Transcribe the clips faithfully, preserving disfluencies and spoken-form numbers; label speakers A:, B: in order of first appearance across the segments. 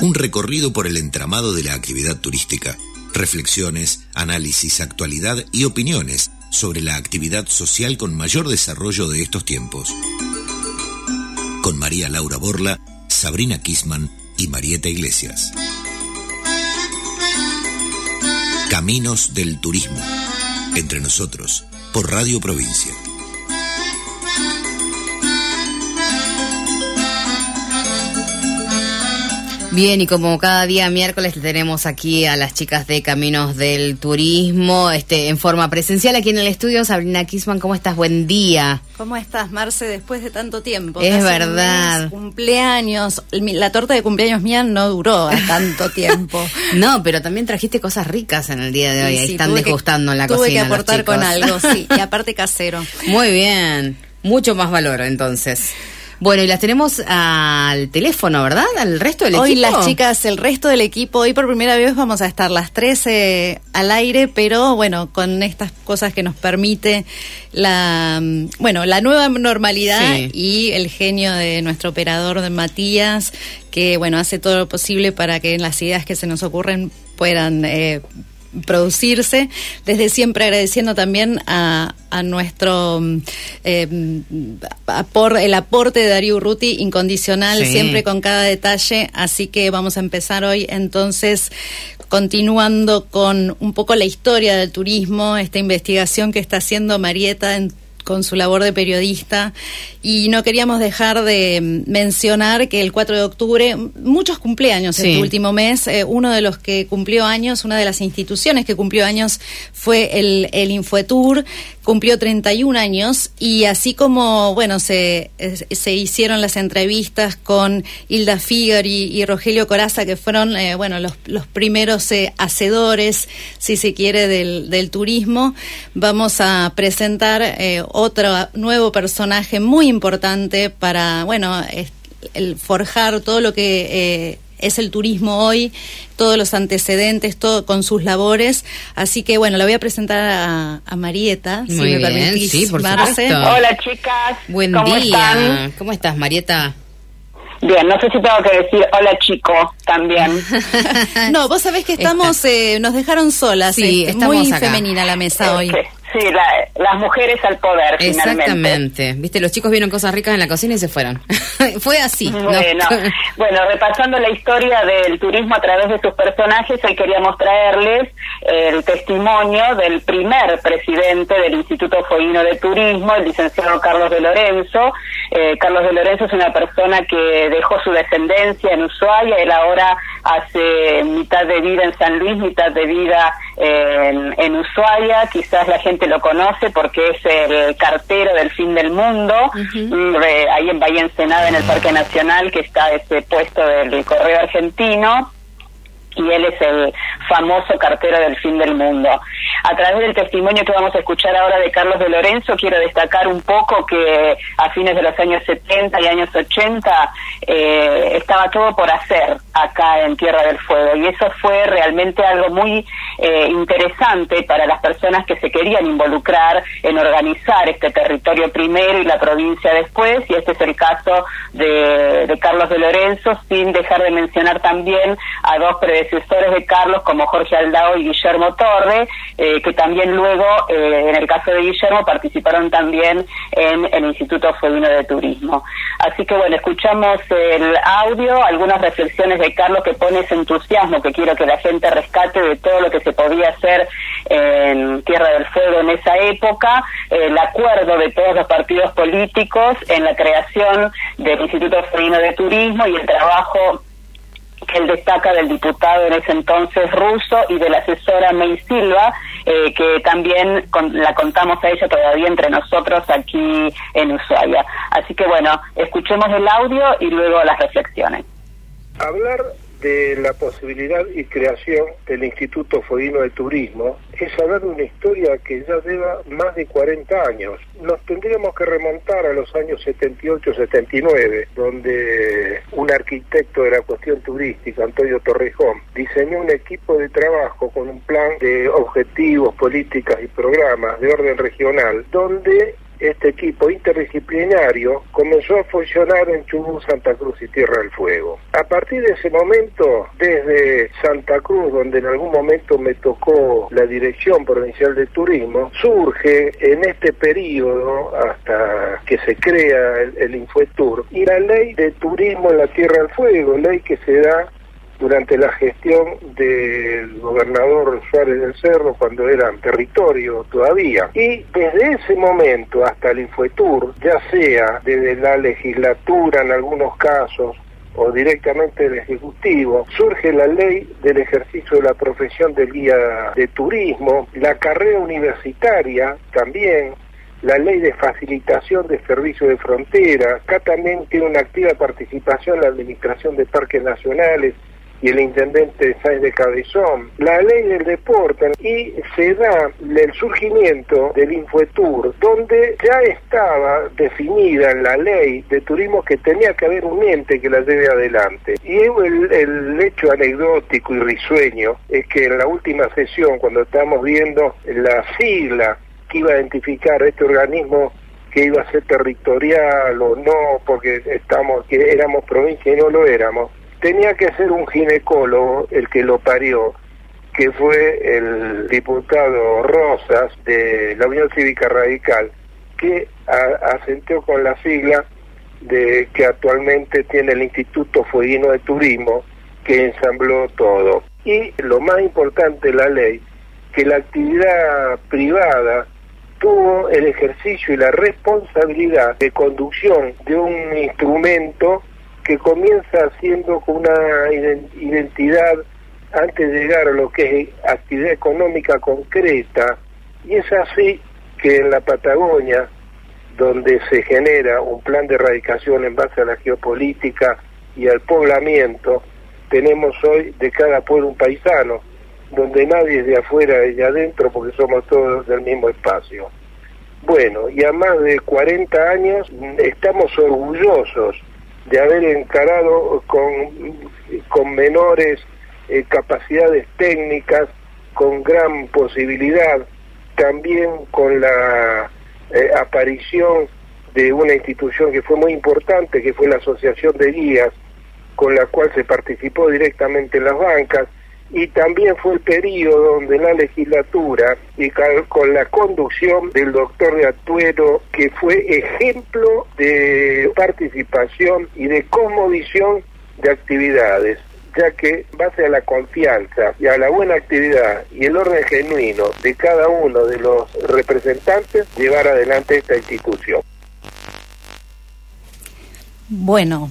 A: Un recorrido por el entramado de la actividad turística. Reflexiones, análisis, actualidad y opiniones sobre la actividad social con mayor desarrollo de estos tiempos. Con María Laura Borla, Sabrina Kisman y Marieta Iglesias. Caminos del Turismo. Entre nosotros, por Radio Provincia.
B: Bien, y como cada día miércoles tenemos aquí a las chicas de Caminos del Turismo, este, en forma presencial aquí en el estudio. Sabrina Kisman, ¿cómo estás? Buen día.
C: ¿Cómo estás, Marce, después de tanto tiempo?
B: Es verdad.
C: Mes, cumpleaños. La torta de cumpleaños mía no duró a tanto tiempo.
B: No, pero también trajiste cosas ricas en el día de hoy. Sí, Ahí sí, están degustando en la
C: tuve
B: cocina.
C: Tuve que aportar con algo, sí, y aparte casero.
B: Muy bien. Mucho más valor, entonces. Bueno, y las tenemos al teléfono, ¿verdad? ¿Al resto del
C: hoy
B: equipo?
C: Hoy las chicas, el resto del equipo, hoy por primera vez vamos a estar las tres eh, al aire, pero bueno, con estas cosas que nos permite la bueno la nueva normalidad, sí. Y el genio de nuestro operador, de Matías, que bueno, hace todo lo posible para que las ideas que se nos ocurren puedan eh, producirse. Desde siempre agradeciendo también a, a nuestro eh, apor, el aporte de Darío Urruti incondicional, sí. Siempre con cada detalle, así que vamos a empezar hoy entonces continuando con un poco la historia del turismo, esta investigación que está haciendo Marieta en con su labor de periodista, y no queríamos dejar de mencionar que el cuatro de octubre, muchos cumpleaños sí. Este último mes, eh, uno de los que cumplió años, una de las instituciones que cumplió años fue el, el Infoetour, cumplió treinta y un años, y así como, bueno, se, se hicieron las entrevistas con Hilda Figari y Rogelio Corazza, que fueron, eh, bueno, los, los primeros eh, hacedores, si se quiere, del, del turismo, vamos a presentar eh, otro nuevo personaje muy importante para, bueno, es, el forjar todo lo que eh, es el turismo hoy, todos los antecedentes, todo con sus labores. Así que, bueno, la voy a presentar a, a Marieta,
B: muy
C: si
B: bien,
C: me permitís,
B: sí, por
C: Marce.
B: supuesto.
D: Hola, chicas.
B: Buen
D: ¿Cómo
B: día.
D: están?
B: ¿Cómo estás, Marieta?
D: Bien, no sé si tengo que decir hola, chico, también.
C: No, vos sabés que estamos, eh, nos dejaron solas,
B: sí,
C: eh, muy
B: acá.
C: Femenina la mesa
D: Es
C: hoy.
D: que, sí, la, las mujeres al poder,
B: Exactamente.
D: Finalmente.
B: Viste, los chicos vieron cosas ricas en la cocina y se fueron. Fue así.
D: Bueno,
B: ¿no?
D: bueno, repasando la historia del turismo a través de sus personajes, hoy queríamos traerles el testimonio del primer presidente del Instituto Foguino de Turismo, el licenciado Carlos de Lorenzo. Eh, Carlos de Lorenzo es una persona que dejó su descendencia en Ushuaia. Él ahora hace mitad de vida en San Luis, mitad de vida en, en Ushuaia. Quizás la gente lo conoce porque es el cartero del Fin del Mundo, uh-huh. eh, ahí en Bahía Ensenada, en el Parque Nacional, que está ese puesto del Correo Argentino, y él es el famoso cartero del Fin del Mundo. A través del testimonio que vamos a escuchar ahora de Carlos de Lorenzo, quiero destacar un poco que a fines de los años setenta y años ochenta eh, estaba todo por hacer acá en Tierra del Fuego, y eso fue realmente algo muy eh, interesante para las personas que se querían involucrar en organizar este territorio primero y la provincia después, y este es el caso de, de Carlos de Lorenzo, sin dejar de mencionar también a dos predecesores de Carlos como Jorge Aldao y Guillermo Torre, eh, que también luego, eh, en el caso de Guillermo, participaron también en el Instituto Foguino de Turismo. Así que bueno, escuchamos el audio, algunas reflexiones de Carlos que pone ese entusiasmo que quiero que la gente rescate de todo lo que se podía hacer en Tierra del Fuego en esa época, el acuerdo de todos los partidos políticos en la creación del Instituto Foguino de Turismo y el trabajo que él destaca del diputado en ese entonces ruso y de la asesora May Silva, eh, que también con, la contamos a ella todavía entre nosotros aquí en Ushuaia. Así que bueno, escuchemos el audio y luego las reflexiones.
E: Hablar de la posibilidad y creación del Instituto Foguino de Turismo es hablar de una historia que ya lleva más de cuarenta años. Nos tendríamos que remontar a los años setenta y ocho setenta y nueve, donde un arquitecto de la cuestión turística, Antonio Torrejón, diseñó un equipo de trabajo con un plan de objetivos, políticas y programas de orden regional, donde este equipo interdisciplinario comenzó a funcionar en Chubut, Santa Cruz y Tierra del Fuego. A partir de ese momento, desde Santa Cruz, donde en algún momento me tocó la Dirección Provincial de Turismo, surge en este periodo, hasta que se crea el, el Infotur, y la ley de turismo en la Tierra del Fuego, ley que se da durante la gestión del gobernador Suárez del Cerro, cuando era territorio todavía. Y desde ese momento hasta el Infotur, ya sea desde la legislatura en algunos casos, o directamente del Ejecutivo, surge la ley del ejercicio de la profesión del guía de turismo, la carrera universitaria también, la ley de facilitación de servicios de frontera. Acá también tiene una activa participación la Administración de Parques Nacionales y el intendente Sáenz de Cabezón, la ley del deporte, y se da el surgimiento del Infotur, donde ya estaba definida en la ley de turismo que tenía que haber un ente que la lleve adelante. Y el, el hecho anecdótico y risueño es que en la última sesión, cuando estábamos viendo la sigla que iba a identificar este organismo, que iba a ser territorial o no, porque estamos que éramos provincia y no lo éramos, tenía que ser un ginecólogo el que lo parió, que fue el diputado Rosas de la Unión Cívica Radical, que a, asentió con la sigla de que actualmente tiene el Instituto Fueguino de Turismo, que ensambló todo. Y lo más importante de la ley, que la actividad privada tuvo el ejercicio y la responsabilidad de conducción de un instrumento que comienza siendo con una identidad antes de llegar a lo que es actividad económica concreta, y es así que en la Patagonia, donde se genera un plan de erradicación en base a la geopolítica y al poblamiento, tenemos hoy de cada pueblo un paisano, donde nadie es de afuera y de adentro, porque somos todos del mismo espacio. Bueno, y a más de cuarenta años estamos orgullosos de haber encarado con, con menores eh, capacidades técnicas, con gran posibilidad, también con la eh, aparición de una institución que fue muy importante, que fue la Asociación de Guías, con la cual se participó directamente en las bancas, y también fue el periodo donde la legislatura, y con la conducción del doctor de Atuero, que fue ejemplo de participación y de cosmovisión de actividades, ya que en base a la confianza y a la buena actividad y el orden genuino de cada uno de los representantes, llevar adelante esta institución.
C: Bueno,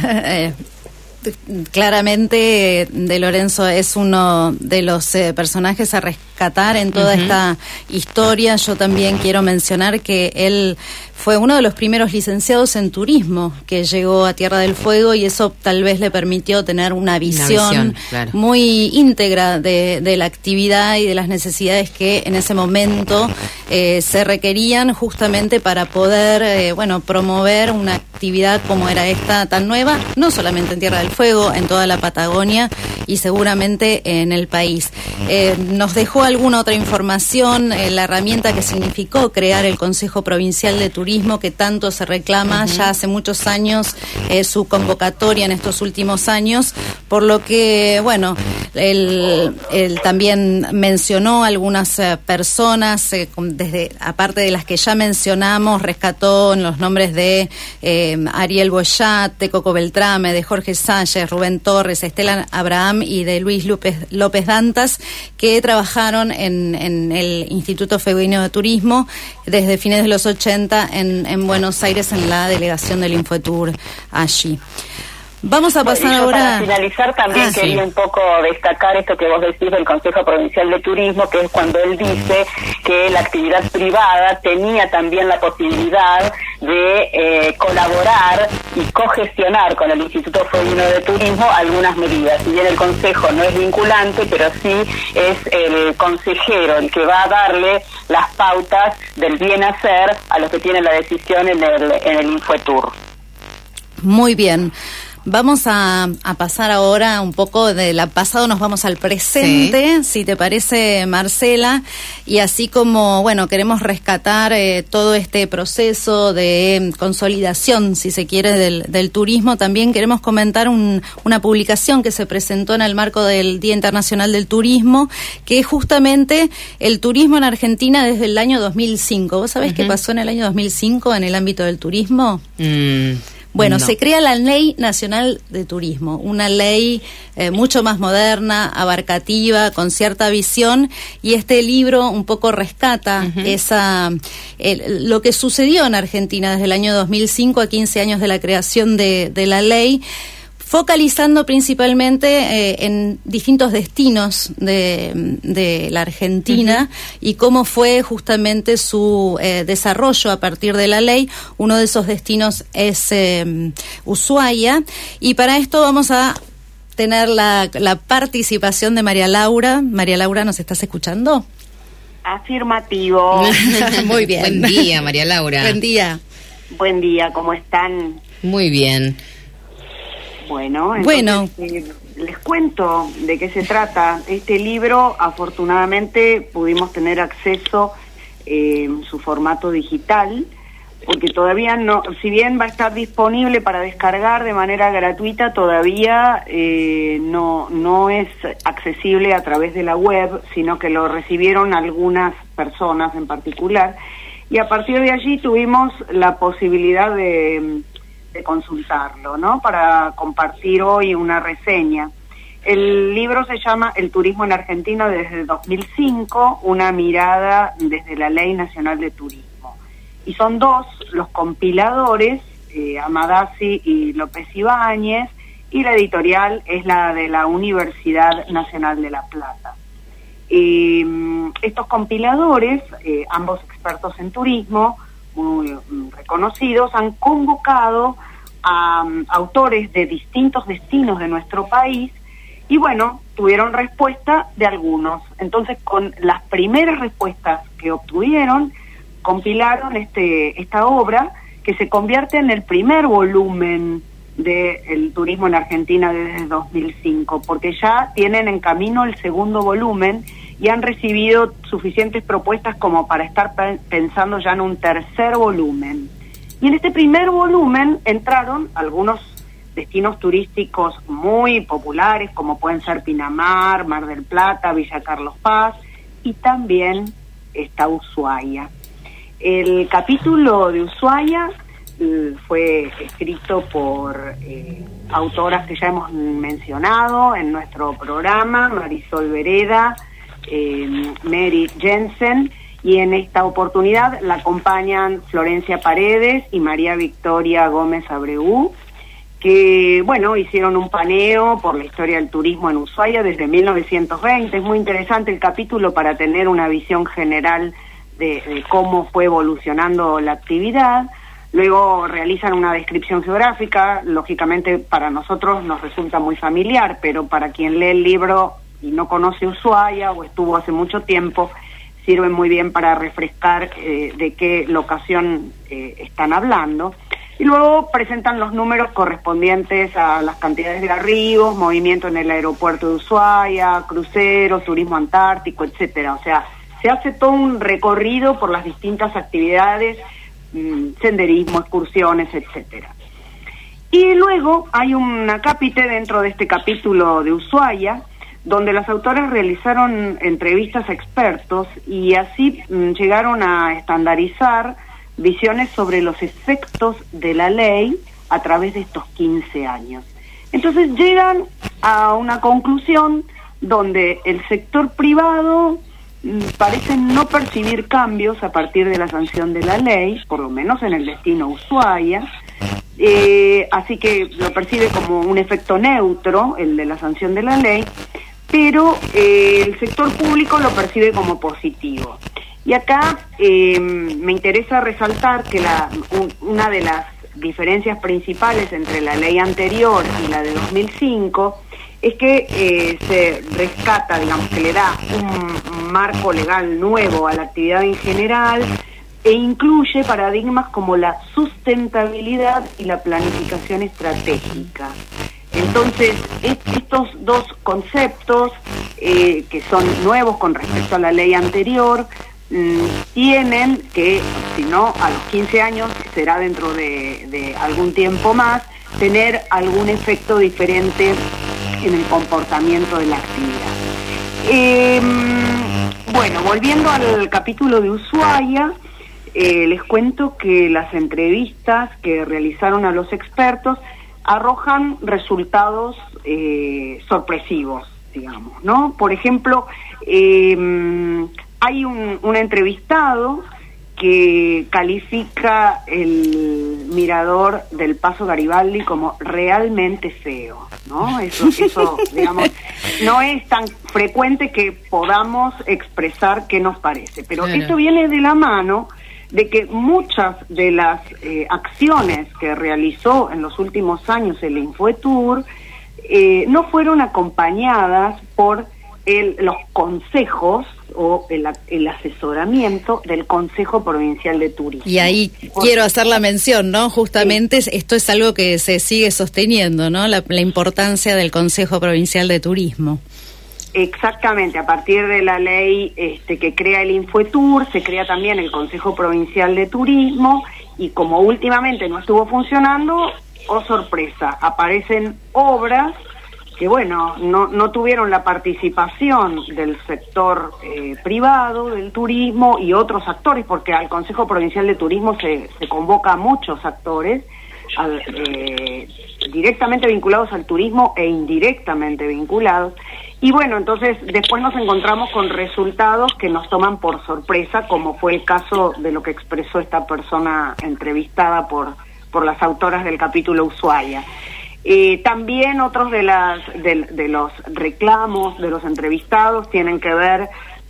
C: claramente De Lorenzo es uno de los eh, personajes a rescatar en toda uh-huh. esta historia. Yo también quiero mencionar que él fue uno de los primeros licenciados en turismo que llegó a Tierra del Fuego, y eso tal vez le permitió tener una visión, una visión claro. muy íntegra de, de la actividad y de las necesidades que en ese momento eh, se requerían justamente para poder eh, bueno promover una actividad como era esta tan nueva, no solamente en Tierra del Fuego, en toda la Patagonia y seguramente en el país. Eh, nos dejó alguna otra información, eh, la herramienta que significó crear el Consejo Provincial de Turismo, que tanto se reclama uh-huh. ya hace muchos años, eh, su convocatoria en estos últimos años, por lo que, bueno, él, él también mencionó algunas eh, personas, eh, desde aparte de las que ya mencionamos, rescató los nombres de eh, Ariel Boyat, de Coco Beltrame, de Jorge Salles, Rubén Torres, Estela Abraham y de Luis López, López Dantas, que trabajaron en, en el Instituto Fueguino de Turismo desde fines de los ochenta en, en Buenos Aires, en la delegación del Infotur allí. Vamos a pasar ahora...
D: Para finalizar también ah, quería sí. un poco destacar esto que vos decís del Consejo Provincial de Turismo, que es cuando él dice que la actividad privada tenía también la posibilidad de eh, colaborar y cogestionar con el Instituto Fueguino de Turismo algunas medidas. Si bien el Consejo no es vinculante, pero sí es el consejero el que va a darle las pautas del bien hacer a los que tienen la decisión en el, en el Infotur.
C: Muy bien. Vamos a, a pasar ahora un poco del pasado, nos vamos al presente, sí. Si te parece, Marcela, y así como, bueno, queremos rescatar eh, todo este proceso de eh, consolidación, si se quiere, del, del turismo, también queremos comentar un, una publicación que se presentó en el marco del Día Internacional del Turismo, que es justamente el turismo en Argentina desde el año dos mil cinco. ¿Vos sabés uh-huh. qué pasó en el año dos mil cinco en el ámbito del turismo? Mm. Bueno, no. Se crea la Ley Nacional de Turismo, una ley eh, mucho más moderna, abarcativa, con cierta visión, y este libro un poco rescata uh-huh. esa el, lo que sucedió en Argentina desde el año dos mil cinco a quince años de la creación de, de la ley, focalizando principalmente eh, en distintos destinos de, de la Argentina uh-huh. y cómo fue justamente su eh, desarrollo a partir de la ley. Uno de esos destinos es eh, Ushuaia, y para esto vamos a tener la, la participación de María Laura. María Laura, ¿nos estás escuchando?
F: Afirmativo.
B: Muy bien. Buen día, María Laura.
C: Buen día.
F: Buen día, ¿cómo están?
B: Muy bien.
F: Bueno, entonces, bueno. Eh, les cuento de qué se trata. Este libro, afortunadamente, pudimos tener acceso eh, en su formato digital, porque todavía no, si bien va a estar disponible para descargar de manera gratuita, todavía eh, no, no es accesible a través de la web, sino que lo recibieron algunas personas en particular, y a partir de allí tuvimos la posibilidad de... de consultarlo, ¿no? Para compartir hoy una reseña. El libro se llama El turismo en Argentina desde dos mil cinco, una mirada desde la Ley Nacional de Turismo. Y son dos los compiladores, eh, Amadasi y López Ibáñez, y la editorial es la de la Universidad Nacional de La Plata. Eh, estos compiladores, eh, ambos expertos en turismo, muy reconocidos, han convocado a um, autores de distintos destinos de nuestro país y bueno, tuvieron respuesta de algunos. Entonces, con las primeras respuestas que obtuvieron, compilaron este esta obra que se convierte en el primer volumen del turismo en Argentina desde dos mil cinco, porque ya tienen en camino el segundo volumen y han recibido suficientes propuestas como para estar pe- pensando ya en un tercer volumen. Y en este primer volumen entraron algunos destinos turísticos muy populares, como pueden ser Pinamar, Mar del Plata, Villa Carlos Paz, y también está Ushuaia. El capítulo de Ushuaia eh, fue escrito por eh, autoras que ya hemos mencionado en nuestro programa, Marisol Vereda, Eh, Mary Jensen, y en esta oportunidad la acompañan Florencia Paredes y María Victoria Gómez Abreu, que bueno, hicieron un paneo por la historia del turismo en Ushuaia desde mil novecientos veinte. Es muy interesante el capítulo para tener una visión general de, de cómo fue evolucionando la actividad. Luego realizan una descripción geográfica, lógicamente para nosotros nos resulta muy familiar, pero para quien lee el libro y no conoce Ushuaia o estuvo hace mucho tiempo, sirven muy bien para refrescar eh, de qué locación eh, están hablando. Y luego presentan los números correspondientes a las cantidades de arribos, movimiento en el aeropuerto de Ushuaia, cruceros, turismo antártico, etcétera. O sea, se hace todo un recorrido por las distintas actividades, mmm, senderismo, excursiones, etcétera. Y luego hay un acápite dentro de este capítulo de Ushuaia, donde las autoras realizaron entrevistas a expertos y así mm, llegaron a estandarizar visiones sobre los efectos de la ley a través de estos quince años. Entonces llegan a una conclusión donde el sector privado mm, parece no percibir cambios a partir de la sanción de la ley, por lo menos en el destino Ushuaia, eh, así que lo percibe como un efecto neutro, el de la sanción de la ley, pero eh, el sector público lo percibe como positivo. Y acá eh, me interesa resaltar que la, un, una de las diferencias principales entre la ley anterior y la de dos mil cinco es que eh, se rescata, digamos, que le da un marco legal nuevo a la actividad en general, e incluye paradigmas como la sustentabilidad y la planificación estratégica. Entonces, estos dos conceptos, eh, que son nuevos con respecto a la ley anterior, mmm, tienen que, si no, a los quince años, será dentro de, de algún tiempo más, tener algún efecto diferente en el comportamiento de la actividad. Eh, bueno, volviendo al capítulo de Ushuaia, eh, les cuento que las entrevistas que realizaron a los expertos arrojan resultados eh, sorpresivos, digamos, ¿no? Por ejemplo, eh, hay un, un entrevistado que califica el mirador del Paso Garibaldi como realmente feo, ¿no? Eso, eso, digamos, no es tan frecuente que podamos expresar qué nos parece, pero claro, esto viene de la mano de que muchas de las eh, acciones que realizó en los últimos años el Infoetour eh, no fueron acompañadas por el, los consejos o el, el asesoramiento del Consejo Provincial de Turismo.
C: Y ahí Porque, quiero hacer la mención, ¿no? Justamente sí, esto es algo que se sigue sosteniendo, ¿no? La, la importancia del Consejo Provincial de Turismo.
F: Exactamente, a partir de la ley este, que crea el Infoetour, se crea también el Consejo Provincial de Turismo, y como últimamente no estuvo funcionando, oh sorpresa, aparecen obras que, bueno, no, no tuvieron la participación del sector eh, privado, del turismo y otros actores, porque al Consejo Provincial de Turismo se, se convoca a muchos actores, al, eh, directamente vinculados al turismo e indirectamente vinculados. Y bueno, entonces después nos encontramos con resultados que nos toman por sorpresa, como fue el caso de lo que expresó esta persona entrevistada por, por las autoras del capítulo Ushuaia. Eh, también otros de, las, de, de los reclamos de los entrevistados tienen que ver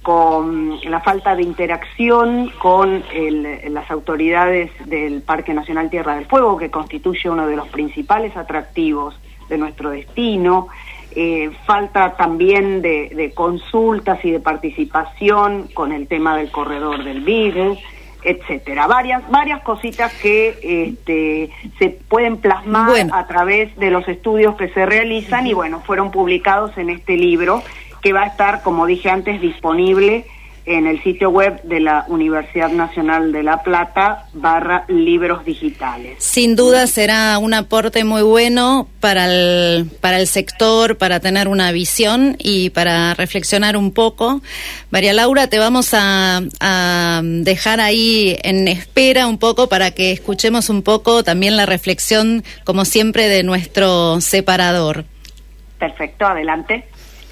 F: con la falta de interacción con el, las autoridades del Parque Nacional Tierra del Fuego, que constituye uno de los principales atractivos de nuestro destino. Eh, falta también de, de consultas y de participación con el tema del corredor del Beagle, etcétera. Varias varias cositas que este, se pueden plasmar bueno. a través de los estudios que se realizan, y bueno, fueron publicados en este libro, que va a estar, como dije antes, disponible en el sitio web de la Universidad Nacional de La Plata, barra libros digitales.
C: Sin duda será un aporte muy bueno para el, para el sector, para tener una visión y para reflexionar un poco. María Laura, te vamos a, a dejar ahí en espera un poco para que escuchemos un poco también la reflexión, como siempre, de nuestro separador.
F: Perfecto, adelante.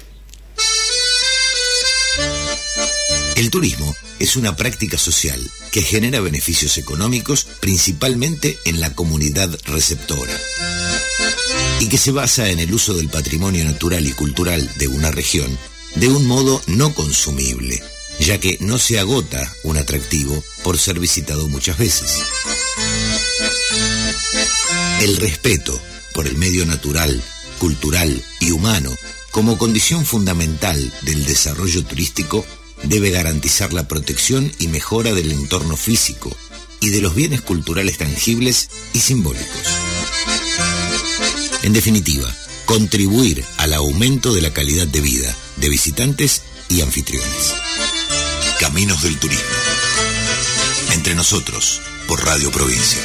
A: El turismo es una práctica social que genera beneficios económicos principalmente en la comunidad receptora y que se basa en el uso del patrimonio natural y cultural de una región de un modo no consumible, ya que no se agota un atractivo por ser visitado muchas veces. El respeto por el medio natural, cultural y humano como condición fundamental del desarrollo turístico debe garantizar la protección y mejora del entorno físico y de los bienes culturales tangibles y simbólicos. En definitiva, contribuir al aumento de la calidad de vida de visitantes y anfitriones. Caminos del Turismo. Entre nosotros, por Radio Provincia.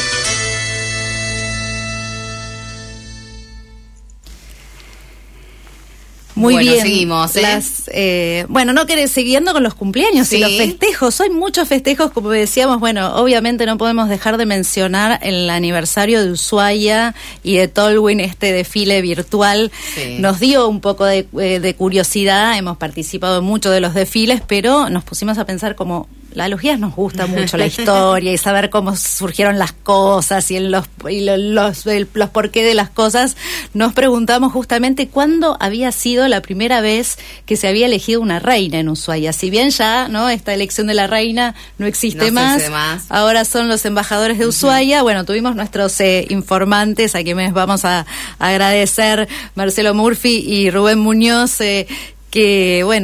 C: Muy
B: bueno,
C: bien.
B: Seguimos, ¿eh?
C: Las, eh, bueno, no querés, siguiendo con los cumpleaños sí. y los festejos. Hay muchos festejos, como decíamos. Bueno, obviamente no podemos dejar de mencionar el aniversario de Ushuaia y de Tolwyn, este desfile virtual. Sí. Nos dio un poco de, de curiosidad. Hemos participado en muchos de los desfiles, pero nos pusimos a pensar como... A los guías nos gusta mucho la historia y saber cómo surgieron las cosas y, los, y los, los, el, los porqué de las cosas. Nos preguntamos justamente cuándo había sido la primera vez que se había elegido una reina en Ushuaia. Si bien ya no esta elección de la reina no existe no más, más, ahora son los embajadores de Ushuaia. Uh-huh. Bueno, tuvimos nuestros eh, informantes, a quienes vamos a, a agradecer, Marcelo Murphy y Rubén Muñoz, eh, que, bueno,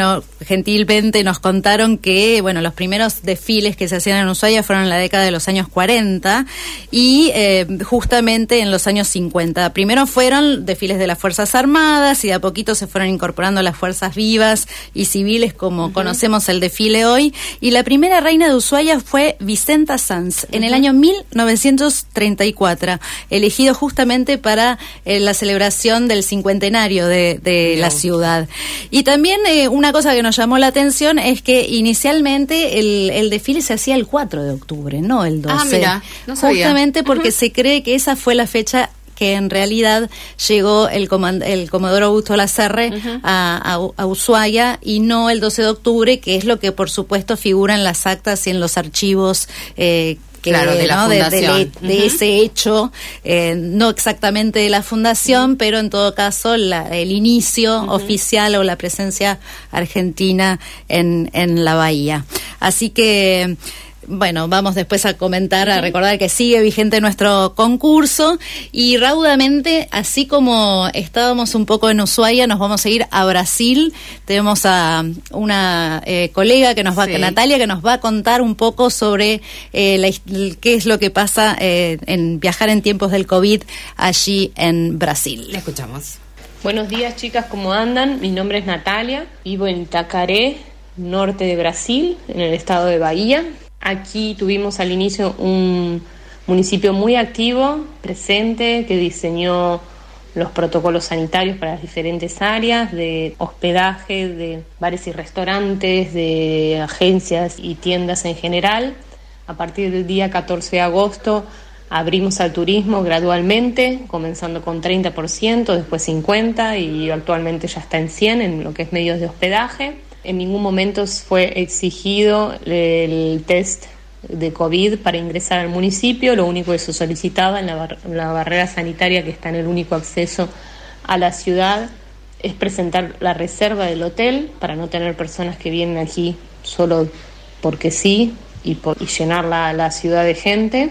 C: gentilmente nos contaron que, bueno, los primeros desfiles que se hacían en Ushuaia fueron en la década de los años cuarenta y eh, justamente en los años cincuenta. Primero fueron desfiles de las Fuerzas Armadas y de a poquito se fueron incorporando las fuerzas vivas y civiles como uh-huh. conocemos el desfile hoy. Y la primera reina de Ushuaia fue Vicenta Sanz, uh-huh. en el año mil novecientos treinta y cuatro, elegido justamente para eh, la celebración del cincuentenario de, de la ciudad. Y también eh, una cosa que nos llamó la atención es que inicialmente el, el desfile se hacía el cuatro de octubre, no el doce.
B: Ah, mira, no sabía.
C: Justamente porque uh-huh. se cree que esa fue la fecha que en realidad llegó el, comand- el comodoro Augusto Lacerre uh-huh. a, a, a Ushuaia y no el doce de octubre, que es lo que por supuesto figura en las actas y en los archivos eh, Que,
B: claro, de la
C: ¿no?
B: fundación.
C: De, de, de uh-huh. ese hecho, eh, no exactamente de la fundación, uh-huh. pero en todo caso la, el inicio uh-huh. oficial o la presencia argentina en, en la bahía. Así que, bueno, vamos después a comentar, a recordar que sigue vigente nuestro concurso y raudamente, así como estábamos un poco en Ushuaia, nos vamos a ir a Brasil. Tenemos a una eh, colega que nos va, sí. Natalia, que nos va a contar un poco sobre eh, la, qué es lo que pasa eh, en viajar en tiempos del COVID allí en Brasil.
B: Le escuchamos.
G: Buenos días, chicas, ¿cómo andan? Mi nombre es Natalia, vivo en Itacaré, norte de Brasil, en el estado de Bahía. Aquí tuvimos al inicio un municipio muy activo, presente, que diseñó los protocolos sanitarios para las diferentes áreas de hospedaje, de bares y restaurantes, de agencias y tiendas en general. A partir del día catorce de agosto abrimos al turismo gradualmente, comenzando con treinta por ciento, después cincuenta por ciento y actualmente ya está en cien por ciento en lo que es medios de hospedaje. En ningún momento fue exigido el test de COVID para ingresar al municipio. Lo único que se solicitaba en la, bar- la barrera sanitaria que está en el único acceso a la ciudad es presentar la reserva del hotel para no tener personas que vienen aquí solo porque sí y, por, y llenar la, la ciudad de gente.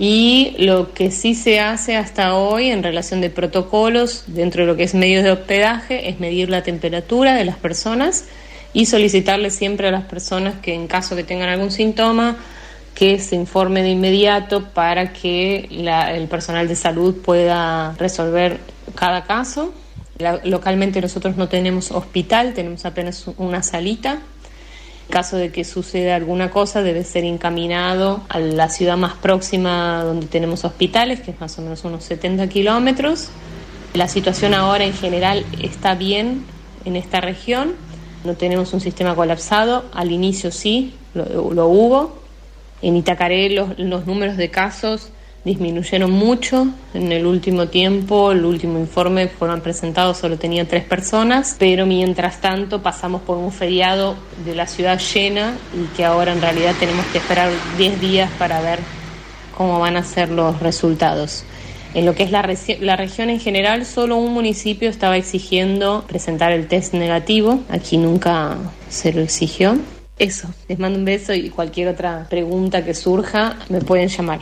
G: Y lo que sí se hace hasta hoy en relación de protocolos dentro de lo que es medios de hospedaje es medir la temperatura de las personas y solicitarle siempre a las personas que en caso que tengan algún síntoma que se informe de inmediato para que la, el personal de salud pueda resolver cada caso. La, localmente nosotros no tenemos hospital, tenemos apenas una salita. En caso de que suceda alguna cosa debe ser encaminado a la ciudad más próxima donde tenemos hospitales, que es más o menos unos setenta kilómetros. La situación ahora en general está bien en esta región. No tenemos un sistema colapsado, al inicio sí, lo, lo hubo. En Itacaré los, los números de casos disminuyeron mucho en el último tiempo, el último informe fueron presentados, solo tenían tres personas, pero mientras tanto pasamos por un feriado de la ciudad llena y que ahora en realidad tenemos que esperar diez días para ver cómo van a ser los resultados. En lo que es la, regi- la región en general, solo un municipio estaba exigiendo presentar el test negativo. Aquí nunca se lo exigió. Eso, les mando un beso y cualquier otra pregunta que surja me pueden llamar.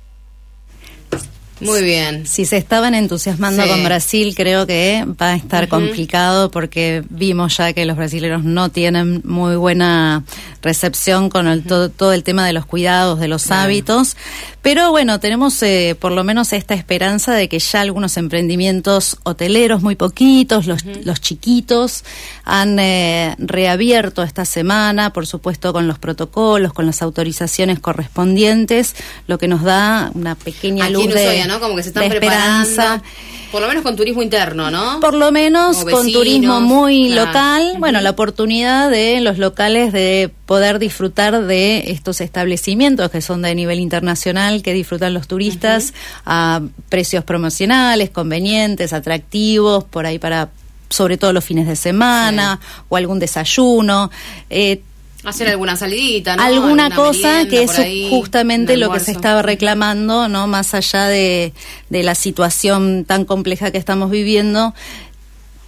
B: Muy bien.
C: Si se estaban entusiasmando sí. con Brasil, creo que va a estar uh-huh. complicado porque vimos ya que los brasileños no tienen muy buena recepción con el, uh-huh. todo, todo el tema de los cuidados, de los uh-huh. hábitos. Pero bueno, tenemos eh, por lo menos esta esperanza de que ya algunos emprendimientos hoteleros, muy poquitos, los, uh-huh. los chiquitos, han eh, reabierto esta semana, por supuesto con los protocolos, con las autorizaciones correspondientes, lo que nos da una pequeña
B: Aquí
C: luz de...
B: ¿no? Como que se están preparando, por lo menos con turismo interno, ¿no?
C: Por lo menos
B: vecinos,
C: con turismo muy
B: claro.
C: local,
B: uh-huh.
C: bueno, la oportunidad de los locales de poder disfrutar de estos establecimientos que son de nivel internacional, que disfrutan los turistas uh-huh. a precios promocionales, convenientes, atractivos, por ahí para, sobre todo los fines de semana, sí. o algún desayuno, eh,
B: hacer alguna salidita, ¿no?
C: Alguna, alguna cosa que es
B: ahí,
C: justamente lo que se estaba reclamando, ¿no? Más allá de, de la situación tan compleja que estamos viviendo,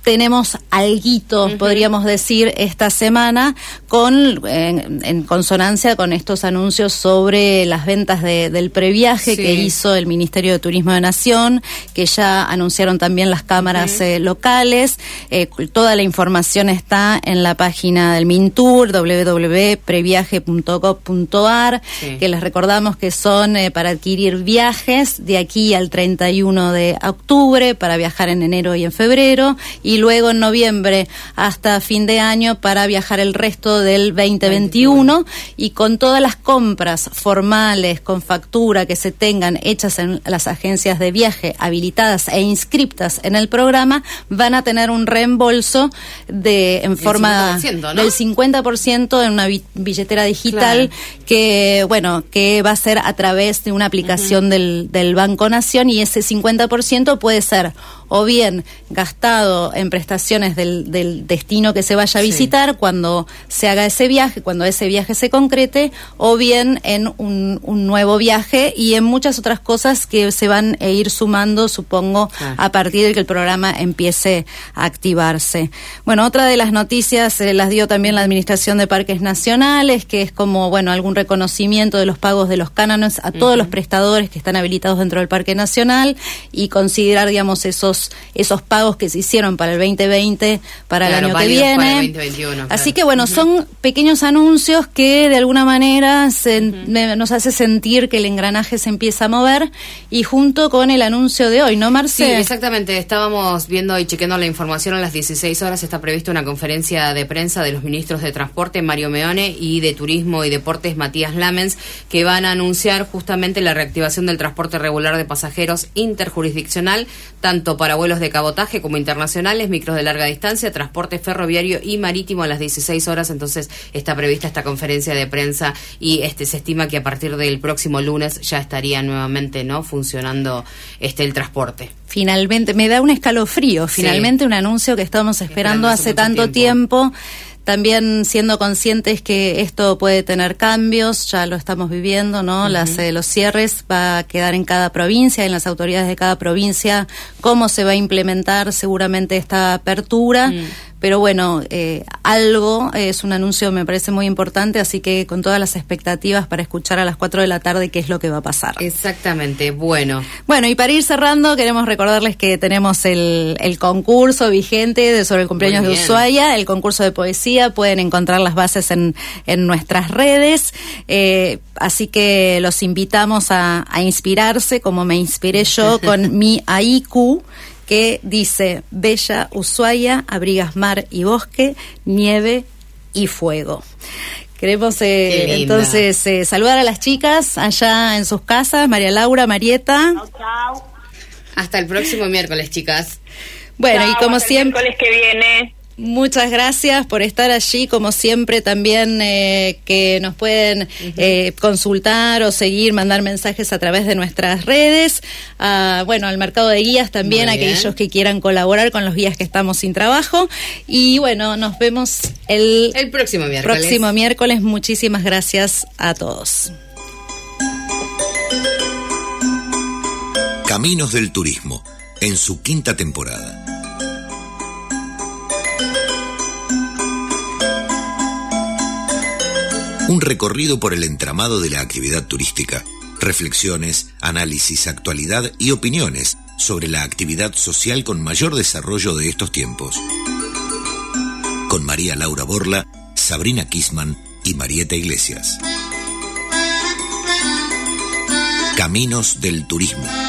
C: tenemos alguito, uh-huh. podríamos decir, esta semana, con en, en consonancia con estos anuncios sobre las ventas de, del previaje sí. que hizo el Ministerio de Turismo de Nación, que ya anunciaron también las cámaras uh-huh. eh, locales. Eh, toda la información está en la página del Mintur, doble u doble u doble u punto previaje punto gov punto ar, sí. que les recordamos que son eh, para adquirir viajes de aquí al treinta y uno de octubre, para viajar en enero y en febrero, y luego en noviembre hasta fin de año para viajar el resto del veinte veintiuno, y con todas las compras formales con factura que se tengan hechas en las agencias de viaje habilitadas e inscriptas en el programa, van a tener un reembolso de en forma
B: ¿no?
C: del cincuenta por ciento en una billetera digital, claro. que bueno, que va a ser a través de una aplicación uh-huh. del, del Banco Nación, y ese cincuenta por ciento puede ser o bien gastado en prestaciones del, del destino que se vaya a visitar sí. cuando se haga ese viaje, cuando ese viaje se concrete, o bien en un, un nuevo viaje, y en muchas otras cosas que se van a ir sumando, supongo, ah. a partir de que el programa empiece a activarse. Bueno, otra de las noticias eh, las dio también la Administración de Parques Nacionales, que es como, bueno, algún reconocimiento de los pagos de los cánones a todos uh-huh. los prestadores que están habilitados dentro del Parque Nacional, y considerar, digamos, esos esos pagos que se hicieron para el veinte veinte, para claro, el año que viene.
B: Para el veinte veintiuno, claro.
C: Así que bueno, uh-huh. son pequeños anuncios que de alguna manera se, uh-huh. me, nos hace sentir que el engranaje se empieza a mover, y junto con el anuncio de hoy, ¿no, Marce?
B: Sí, exactamente. Estábamos viendo y chequeando la información. A las dieciséis horas está prevista una conferencia de prensa de los ministros de Transporte, Mario Meone, y de Turismo y Deportes, Matías Lamens, que van a anunciar justamente la reactivación del transporte regular de pasajeros interjurisdiccional, tanto para vuelos de cabotaje como internacionales, micros de larga distancia, transporte ferroviario y marítimo. A las dieciséis horas entonces está prevista esta conferencia de prensa, y este se estima que a partir del próximo lunes ya estaría nuevamente no funcionando este el transporte.
C: Finalmente, me da un escalofrío, finalmente sí. un anuncio que estábamos esperando, esperando hace, hace tanto tiempo. tiempo. También siendo conscientes que esto puede tener cambios, ya lo estamos viviendo, ¿no? Uh-huh. Las, eh, los cierres va a quedar en cada provincia, en las autoridades de cada provincia, cómo se va a implementar seguramente esta apertura. Uh-huh. Pero bueno, eh, algo, eh, es un anuncio, me parece muy importante, así que con todas las expectativas para escuchar a las cuatro de la tarde qué es lo que va a pasar.
B: Exactamente, bueno.
C: Bueno, y para ir cerrando, queremos recordarles que tenemos el, el concurso vigente de sobre el cumpleaños de Ushuaia, el concurso de poesía. Pueden encontrar las bases en, en nuestras redes, eh, así que los invitamos a, a inspirarse, como me inspiré yo con mi haiku, que dice: bella Ushuaia, abrigas mar y bosque, nieve y fuego. Queremos eh, entonces eh, saludar a las chicas allá en sus casas, María Laura, Marieta.
F: Chau, chau.
B: Hasta el próximo miércoles, chicas.
C: Bueno,
F: chau,
C: y como
F: hasta
C: siempre...
F: el miércoles que viene.
C: Muchas gracias por estar allí, como siempre también eh, que nos pueden uh-huh. eh, consultar o seguir, mandar mensajes a través de nuestras redes, uh, bueno, al mercado de guías también, aquellos que quieran colaborar con los guías que estamos sin trabajo, y bueno, nos vemos el,
B: el próximo miércoles.
C: próximo miércoles. Muchísimas gracias a todos.
A: Caminos del Turismo, en su quinta temporada. Un recorrido por el entramado de la actividad turística, reflexiones, análisis, actualidad y opiniones sobre la actividad social con mayor desarrollo de estos tiempos. Con María Laura Borla, Sabrina Kisman y Marieta Iglesias. Caminos del Turismo.